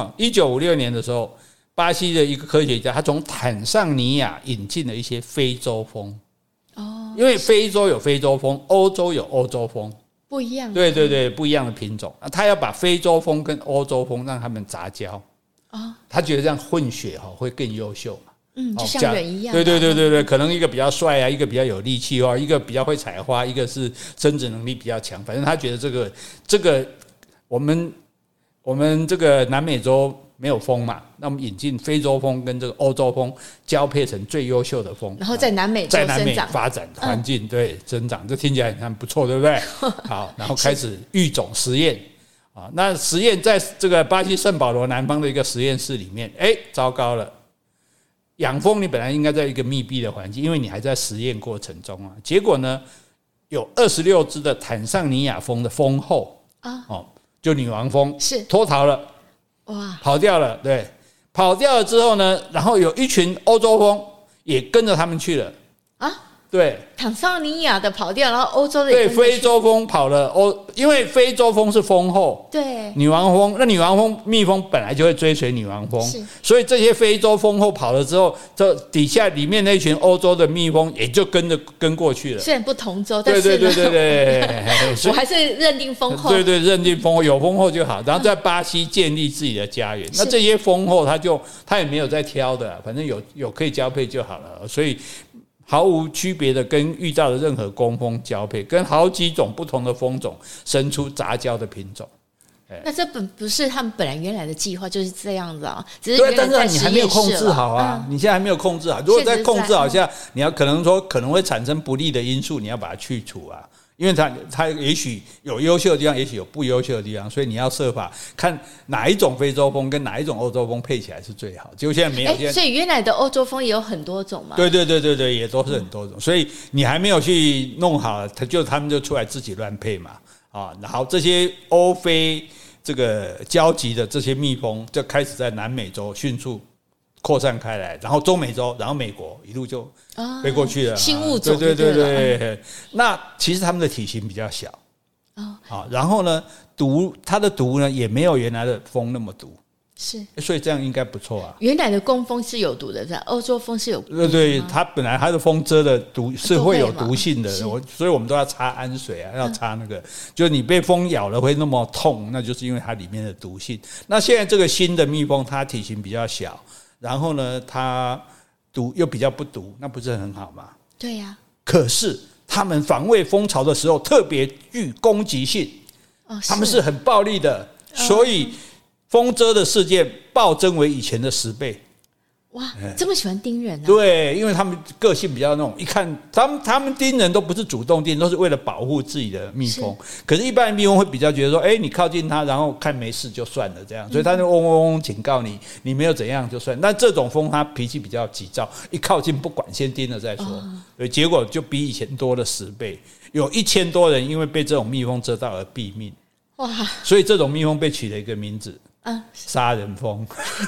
1956年的时候，巴西的一个科学家，他从坦桑尼亚引进了一些非洲蜂。因为非洲有非洲蜂，欧洲有欧洲蜂。 不一样， 对，不一样的品种。他要把非洲蜂跟欧洲蜂让他们杂交他觉得这样混血会更优秀嘛。 就像人一样。 对，可能一个比较帅啊，一个比较有力气一个比较会采花，一个是生殖能力比较强。反正他觉得这个我们这个南美洲没有蜂嘛，那我们引进非洲蜂跟这个欧洲蜂交配成最优秀的蜂， 然后在南美发展环境对增长，这听起来很不错，对不对？好，然后开始育种实验那实验在这个巴西圣保罗南方的一个实验室里面，糟糕了，养蜂你本来应该在一个密闭的环境，因为你还在实验过程中结果呢，有26只的坦桑尼亚蜂的蜂后就女王蜂是脱逃了。 哇， 跑掉了，对，跑掉了之后呢，然后有一群欧洲蜂也跟着他们去了对， 坦桑尼亚的跑掉，然后欧洲的也跟着去。 对，非洲蜂跑了因为非洲蜂是蜂后， 对， 女王蜂，那女王蜂蜜蜂本来就会追随女王蜂，所以这些非洲蜂后跑了之后，这里面那群欧洲的蜜蜂也就跟过去了。 虽然不同州，但是对， 我还是认定蜂后。 对，认定蜂后，有蜂后就好，然后在巴西建立自己的家园。那这些蜂后他也没有在挑的，反正有可以交配就好了，所以毫无区别的跟遇到的任何工蜂交配，跟好几种不同的蜂种生出杂交的品种。 那这不是他们本来原来的计划就是这样子啊，只是对，但是你还没有控制好啊，你现在还没有控制好。如果在控制好下，你要可能会产生不利的因素，你要把它去除啊。因为它也许有优秀的地方，也许有不优秀的地方，所以你要设法看哪一种非洲蜂跟哪一种欧洲蜂配起来是最好。结果现在没有， 所以原来的欧洲蜂也有很多种嘛。 对，也都是很多种，所以你还没有去弄好，他们就出来自己乱配嘛啊。然后这些欧非这个交集的这些蜜蜂就开始在南美洲迅速扩散开来，然后中美洲，然后美国一路就飞过去了。 新物种， 对。那其实它们的体型比较小然后呢，它的毒呢也没有原来的蜂那么毒， 是， 所以这样应该不错啊。 原来的工蜂是有毒的，欧洲蜂是有毒的。 对，它本来它的蜂蛰的毒是会有毒性的，所以我们都要擦氨水啊，要擦那个，就是你被蜂咬了会那么痛，那就是因为它里面的毒性。那现在这个新的蜜蜂，它体型比较小。然后呢，它毒又比较不毒，那不是很好吗？ 对呀。 可是他们防卫蜂巢的时候特别具攻击性，他们是很暴力的，所以蜂蛰的事件暴增为以前的10倍。 哇，这么喜欢叮人啊？ 对，因为他们个性比较那种，一看他们叮人都不是主动叮，都是为了保护自己的蜜蜂。可是，一般的蜜蜂会比较觉得说，你靠近它，然后看没事就算了这样，所以它就嗡嗡嗡警告你，你没有怎样就算。那这种蜂它脾气比较急躁，一靠近不管，先叮了再说。对，结果就比以前多了10倍，有1000多人因为被这种蜜蜂蛰到而毙命。哇！所以这种蜜蜂被取了一个名字。杀人蜂，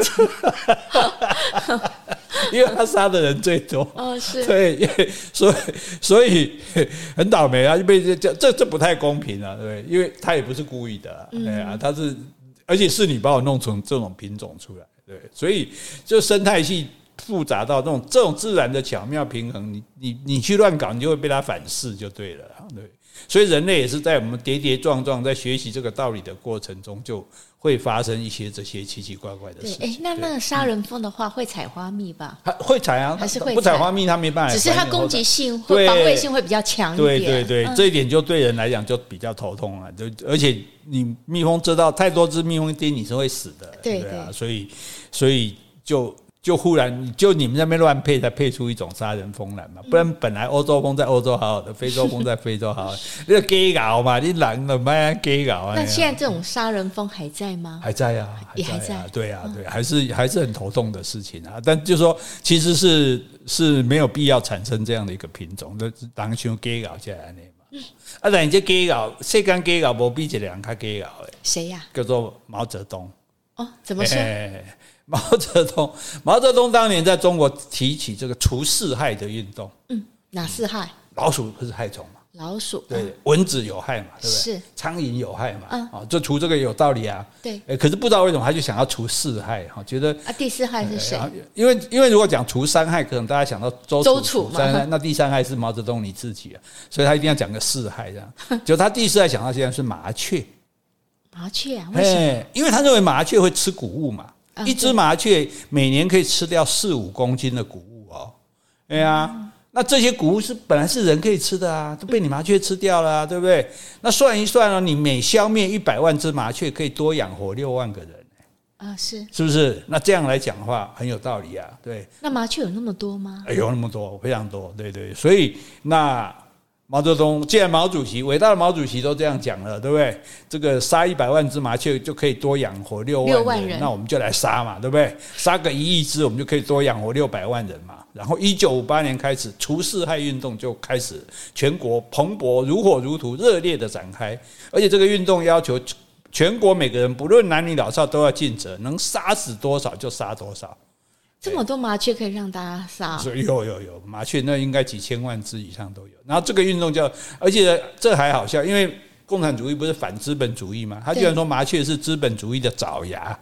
因为他杀的人最多。 是， 对，所以很倒霉啊，就被这不太公平啊，对，因为他也不是故意的，他是，而且是你把我弄成这种品种出来，对，所以就生态系复杂到这种自然的巧妙平衡，你去乱搞，你就会被它反噬，就对了，对。所以人类也是在我们跌跌撞撞在学习这个道理的过程中，就会发生一些这些奇奇怪怪的事情。 那个杀人蜂的话会采花蜜吧？ 会采啊， 还是会不采花蜜，它没办法。 只是它攻击性或防卫性会比较强一点。 对，这一点就对人来讲就比较头痛了。而且你蜜蜂蛰到太多只蜜蜂叮，你是会死的。对啊，所以就忽然你们那边乱配才配出一种杀人蜂来嘛，不然本来欧洲蜂在欧洲好好的，非洲蜂在非洲好好的，那个 gay 搞嘛，你懒了嘛 gay 搞啊。 那现在这种杀人蜂还在吗？ 还在啊， 也还在。 对啊，对，还是很头痛的事情啊。但就是说，其实是没有必要产生这样的一个品种，就当像 gay 搞起来嘛。但你这 gay 搞，世间 gay 搞无比一个人较 gay 搞的。 谁呀？ 叫做毛泽东。 怎么说？ 毛泽东当年在中国提起这个除四害的运动。 哪四害？ 老鼠不是害虫嘛？ 老鼠对，蚊子有害嘛，对不对？ 是， 苍蝇有害嘛，就除这个有道理啊。 对， 可是不知道为什么他就想要除四害，觉得第四害是谁？ 因为如果讲除三害，可能大家想到周楚嘛， 那第三害是毛泽东你自己啊，所以他一定要讲个四害这样。就他第四害想到现在是麻雀。 麻雀啊？为什么？ 因为他认为麻雀会吃谷物嘛，一只麻雀每年可以吃掉4-5公斤的谷物哦。对啊，那这些谷物本来是人可以吃的啊，都被你麻雀吃掉了啊，对不对？那算一算哦，你每消灭100万只麻雀，可以多养活6万个人是不是？那这样来讲的话，很有道理啊。对， 那麻雀有那么多吗？ 有那么多，非常多。对，所以那毛泽东，既然毛主席伟大的毛主席都这样讲了，对不对？这个杀100万只麻雀就可以多养活6万人，那我们就来杀嘛，对不对？杀个1亿只，我们就可以多养活600万人嘛。然后1958年开始，除四害运动就开始全国蓬勃如火如荼、热烈的展开，而且这个运动要求全国每个人不论男女老少都要尽责，能杀死多少就杀多少。 这么多麻雀可以让大家杀？ 有麻雀，那应该几千万只以上都有。然后这个运动而且这还好笑，因为共产主义不是反资本主义吗？他居然说麻雀是资本主义的爪牙，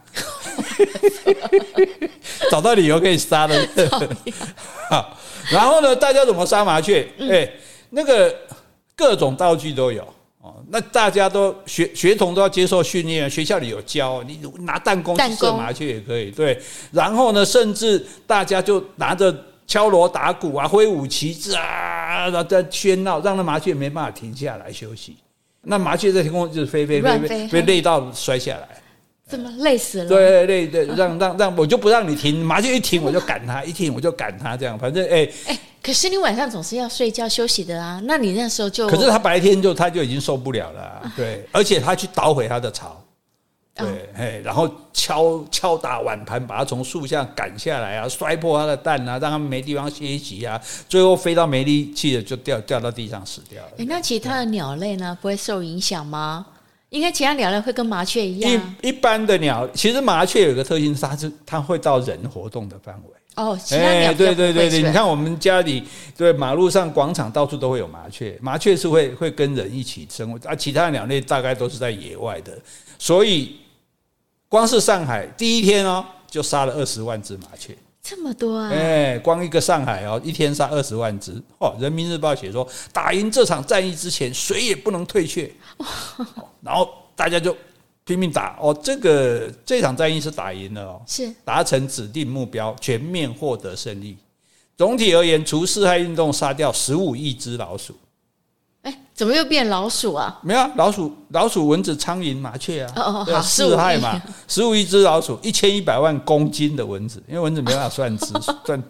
找到理由可以杀的。然后呢，大家怎么杀麻雀？那个各种道具都有。那大家都学童都要接受训练，学校里有教，你拿弹弓去射麻雀也可以，对。然后呢，甚至大家就拿着敲锣打鼓啊，挥舞旗帜啊，然后在喧闹，让那麻雀没办法停下来休息。 那麻雀在天空就是飞，被累到摔下来。 怎么累死了？ 对对对，让我就不让你停，麻雀一停我就赶它，一停我就赶它，这样反正可是你晚上总是要睡觉休息的啊，那你那时候就…… 可是他白天他就已经受不了了啊，对，而且他去捣毁他的巢，对，然后敲打碗盘，把它从树下赶下来啊，摔破它的蛋啊，让它没地方歇息啊，最后飞到没力气了，就掉到地上死掉了。 那其他的鸟类呢，不会受影响吗？应该其他鸟类会跟麻雀一样。 一般的鸟，其实麻雀有一个特性，它会到人活动的范围。 其他鸟对，你看我们家里对马路上、广场到处都会有麻雀，麻雀是会跟人一起生活啊，其他的鸟类大概都是在野外的，所以光是上海第一天就杀了20万只麻雀。 这么多啊！ 光一个上海一天杀20万只。人民日报写说，打赢这场战役之前，谁也不能退却。然后大家就拼命打。这场战役是打赢了是达成指定目标，全面获得胜利。总体而言，除四害运动杀掉15亿只老鼠。 怎么又变老鼠啊？ 没有啊，老鼠、蚊子、苍蝇、麻雀啊，对啊，四害嘛，15亿只老鼠，1100万公斤的蚊子，因为蚊子没办法算只，算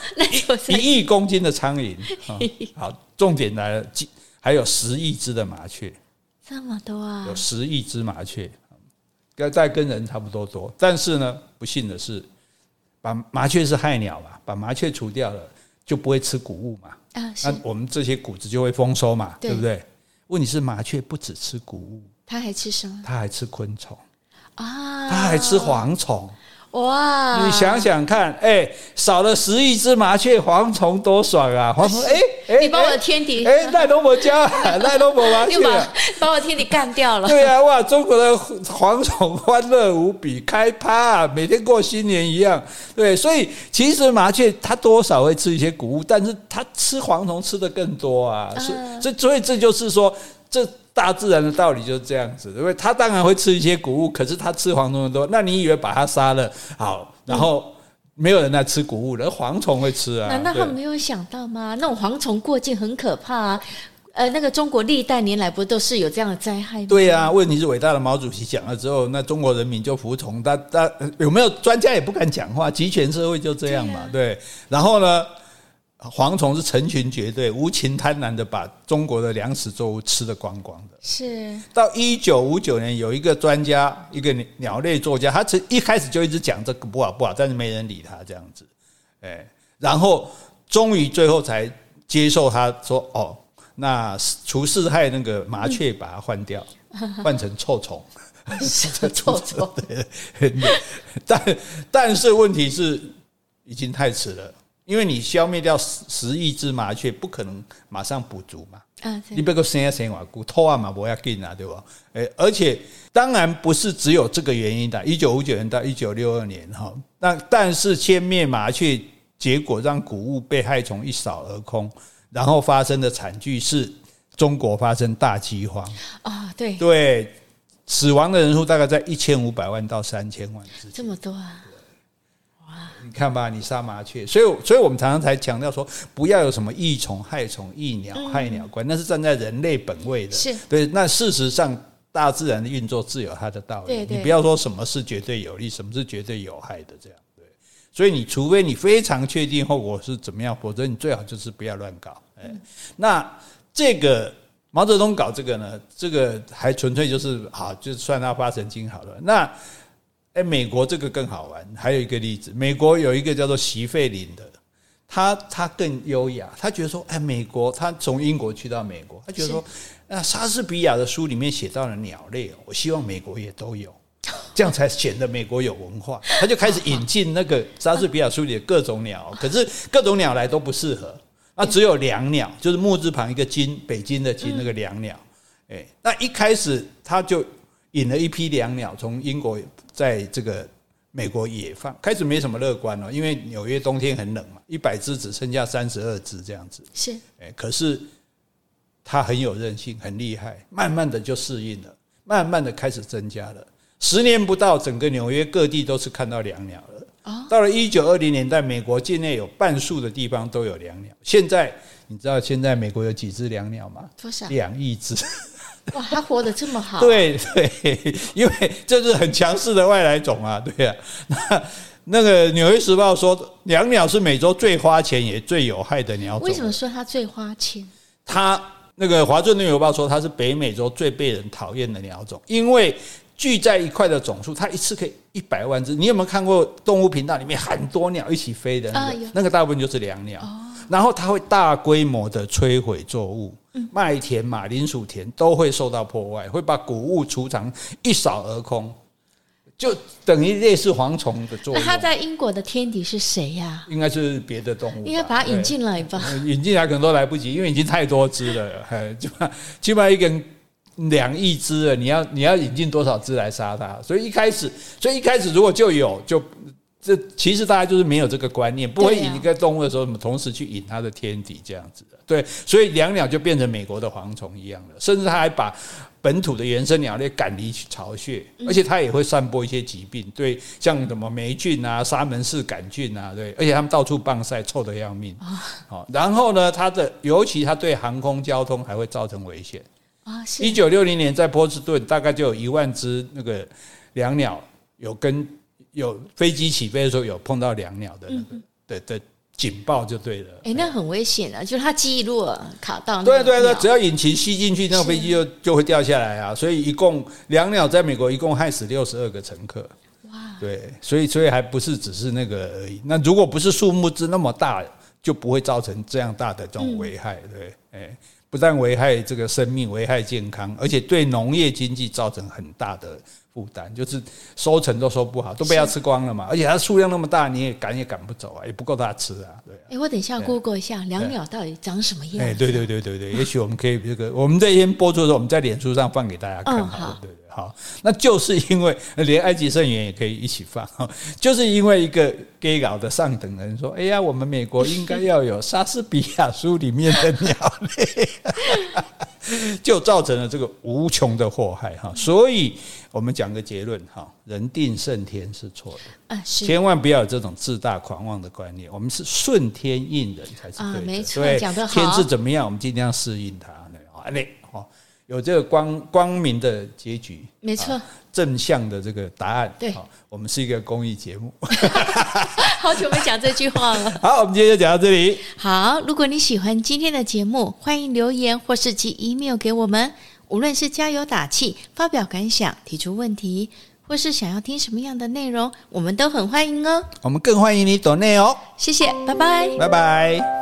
1亿公斤的苍蝇。好，重点来了，还有10亿只的麻雀， 这么多啊！ 有10亿只麻雀，大概跟人差不多多。但是呢，不幸的是，麻雀是害鸟嘛，把麻雀除掉了，就不会吃谷物嘛。那我们这些谷子就会丰收嘛， 对不对？问题是麻雀不只吃谷物， 它还吃什么？ 它还吃昆虫啊， 它还吃蝗虫。 哇！ 你想想看，少了10亿只麻雀，蝗虫多爽啊！蝗虫， 你把我的天敌， 赖东伯家，赖东伯麻雀， 把我的天敌干掉了。 对啊，哇！中国的蝗虫欢乐无比，开趴，每天过新年一样。对，所以其实麻雀它多少会吃一些谷物，但是它吃蝗虫吃的更多啊。所以这就是说，这大自然的道理就是这样子，因为它当然会吃一些谷物，可是它吃蝗虫的多。那你以为把它杀了好，然后没有人来吃谷物了，蝗虫会吃啊？ 难道他们没有想到吗？那种蝗虫过境很可怕啊。那个中国历代年来不都是有这样的灾害吗？ 对啊，问题是伟大的毛主席讲了之后，那中国人民就服从，有没有专家也不敢讲话，集权社会就这样嘛，对。然后呢，蝗虫是成群结队、无情贪婪的把中国的粮食作物吃得光光的。 是到1959年，有一个专家，一个鸟类作家，他一开始就一直讲这个不好，但是没人理他这样子，然后终于最后才接受他说那除四害那个麻雀把它换掉，换成臭虫， 臭虫。 但是问题是已经太迟了，因为你消灭掉10亿只麻雀，不可能马上补足嘛。你别个生啊生瓦骨偷啊嘛不要紧啊，对吧？而且当然不是只有这个原因的。1959年到1962年但是歼灭麻雀，结果让谷物被害虫一扫而空。然后发生的惨剧是中国发生大饥荒对，死亡的人数大概在1500万到3000万之间， 这么多啊！哇， 你看吧，你杀麻雀，所以我们常常才强调说，不要有什么益虫、害虫、益鸟、害鸟观，那是站在人类本位的。 是对，那事实上大自然的运作自有它的道理，你不要说什么是绝对有利，什么是绝对有害的这样。所以你除非你非常确定后果是怎么样，否则你最好就是不要乱搞。那这个毛泽东搞这个呢，这个还纯粹就是好，就算他发神经好了。那美国这个更好玩，还有一个例子，美国有一个叫做席费林的，他更优雅，他觉得说，美国他从英国去到美国，他觉得说，莎士比亚的书里面写到了鸟类，我希望美国也都有。这样才显得美国有文化，他就开始引进那个莎士比亚书里的各种鸟，可是各种鸟来都不适合，那只有椋鸟，就是木字旁一个金，北京的金，那个椋鸟。那一开始他就引了一批椋鸟从英国在这个美国野放，开始没什么乐观因为纽约冬天很冷嘛，100只只剩下32只这样子。 是， 可是他很有韧性，很厉害，慢慢的就适应了，慢慢的开始增加了。10年不到，整个纽约各地都是看到椋鸟了。到了1920年代，美国境内有半数的地方都有椋鸟。现在你知道现在美国有几只椋鸟吗？ 多少？ 2亿只。 哇，它活得这么好。 对对，因为这是很强势的外来种啊，对啊。那个《纽约时报》说，椋鸟是美洲最花钱也最有害的鸟种。 为什么说它最花钱？ 它那个《华盛顿邮报》说，它是北美洲最被人讨厌的鸟种，因为聚在一块的总数，它一次可以100万只。你有没有看过动物频道里面很多鸟一起飞的那个大部分就是椋鸟。然后它会大规模的摧毁作物，麦田、马铃薯田都会受到破坏，会把谷物储藏一扫而空，就等于类似蝗虫的作用。 那它在英国的天敌是谁呀？ 应该是别的动物， 应该把它引进来吧？ 引进来可能都来不及，因为已经太多只了，起码一个人2亿只了，你要引进多少只来杀它？所以一开始如果就有这其实大家就是没有这个观念，不会引一个动物的时候，我们同时去引它的天敌这样子的。对，所以椋鸟就变成美国的蝗虫一样了，甚至它还把本土的原生鸟类赶离巢穴，而且它也会散播一些疾病，对，像什么霉菌啊、沙门氏杆菌啊，对，而且它们到处棒晒，臭得要命。然后呢，尤其它对航空交通还会造成危险。1960年在波士顿大概就有1万只那个椋鸟有飞机起飞的时候有碰到椋鸟的的警报就对了。 那很危险啊！就是它机如果卡到那个对，只要引擎吸进去，那个飞机就会掉下来啊。所以椋鸟在美国一共害死62个乘客。哇！对，所以还不是只是那个而已。那如果不是数目之那么大，就不会造成这样大的这种危害。对，不但危害这个生命，危害健康，而且对农业经济造成很大的负担，就是收成都收不好，都被它吃光了嘛。而且它数量那么大，你也赶不走啊，也不够它吃啊。对。 我等一下 Google 一下椋鸟到底长什么样子。 对，也许我们可以我们这边播出的时候，我们在脸书上放给大家看。 好， 对。好，那就是因为连埃及圣园也可以一起放，就是因为一个 gay 搞的上等人说：“哎呀，我们美国应该要有莎士比亚书里面的鸟类。”就造成了这个无穷的祸害哈。所以我们讲个结论哈：人定胜天是错的，千万不要有这种自大狂妄的观念。我们是顺天应人才是对的， 没错，讲得好。 天是怎么样，我们尽量适应它。有这个光明的结局， 没错， 正向的这个答案。 对， 我们是一个公益节目。 好久没讲这句话了。 好，我们今天就讲到这里。 好，如果你喜欢今天的节目，欢迎留言或是寄 email 给我们。无论是加油打气、发表感想、提出问题，或是想要听什么样的内容，我们都很欢迎哦。 我们更欢迎你抖内哦。 谢谢，拜拜， 拜拜。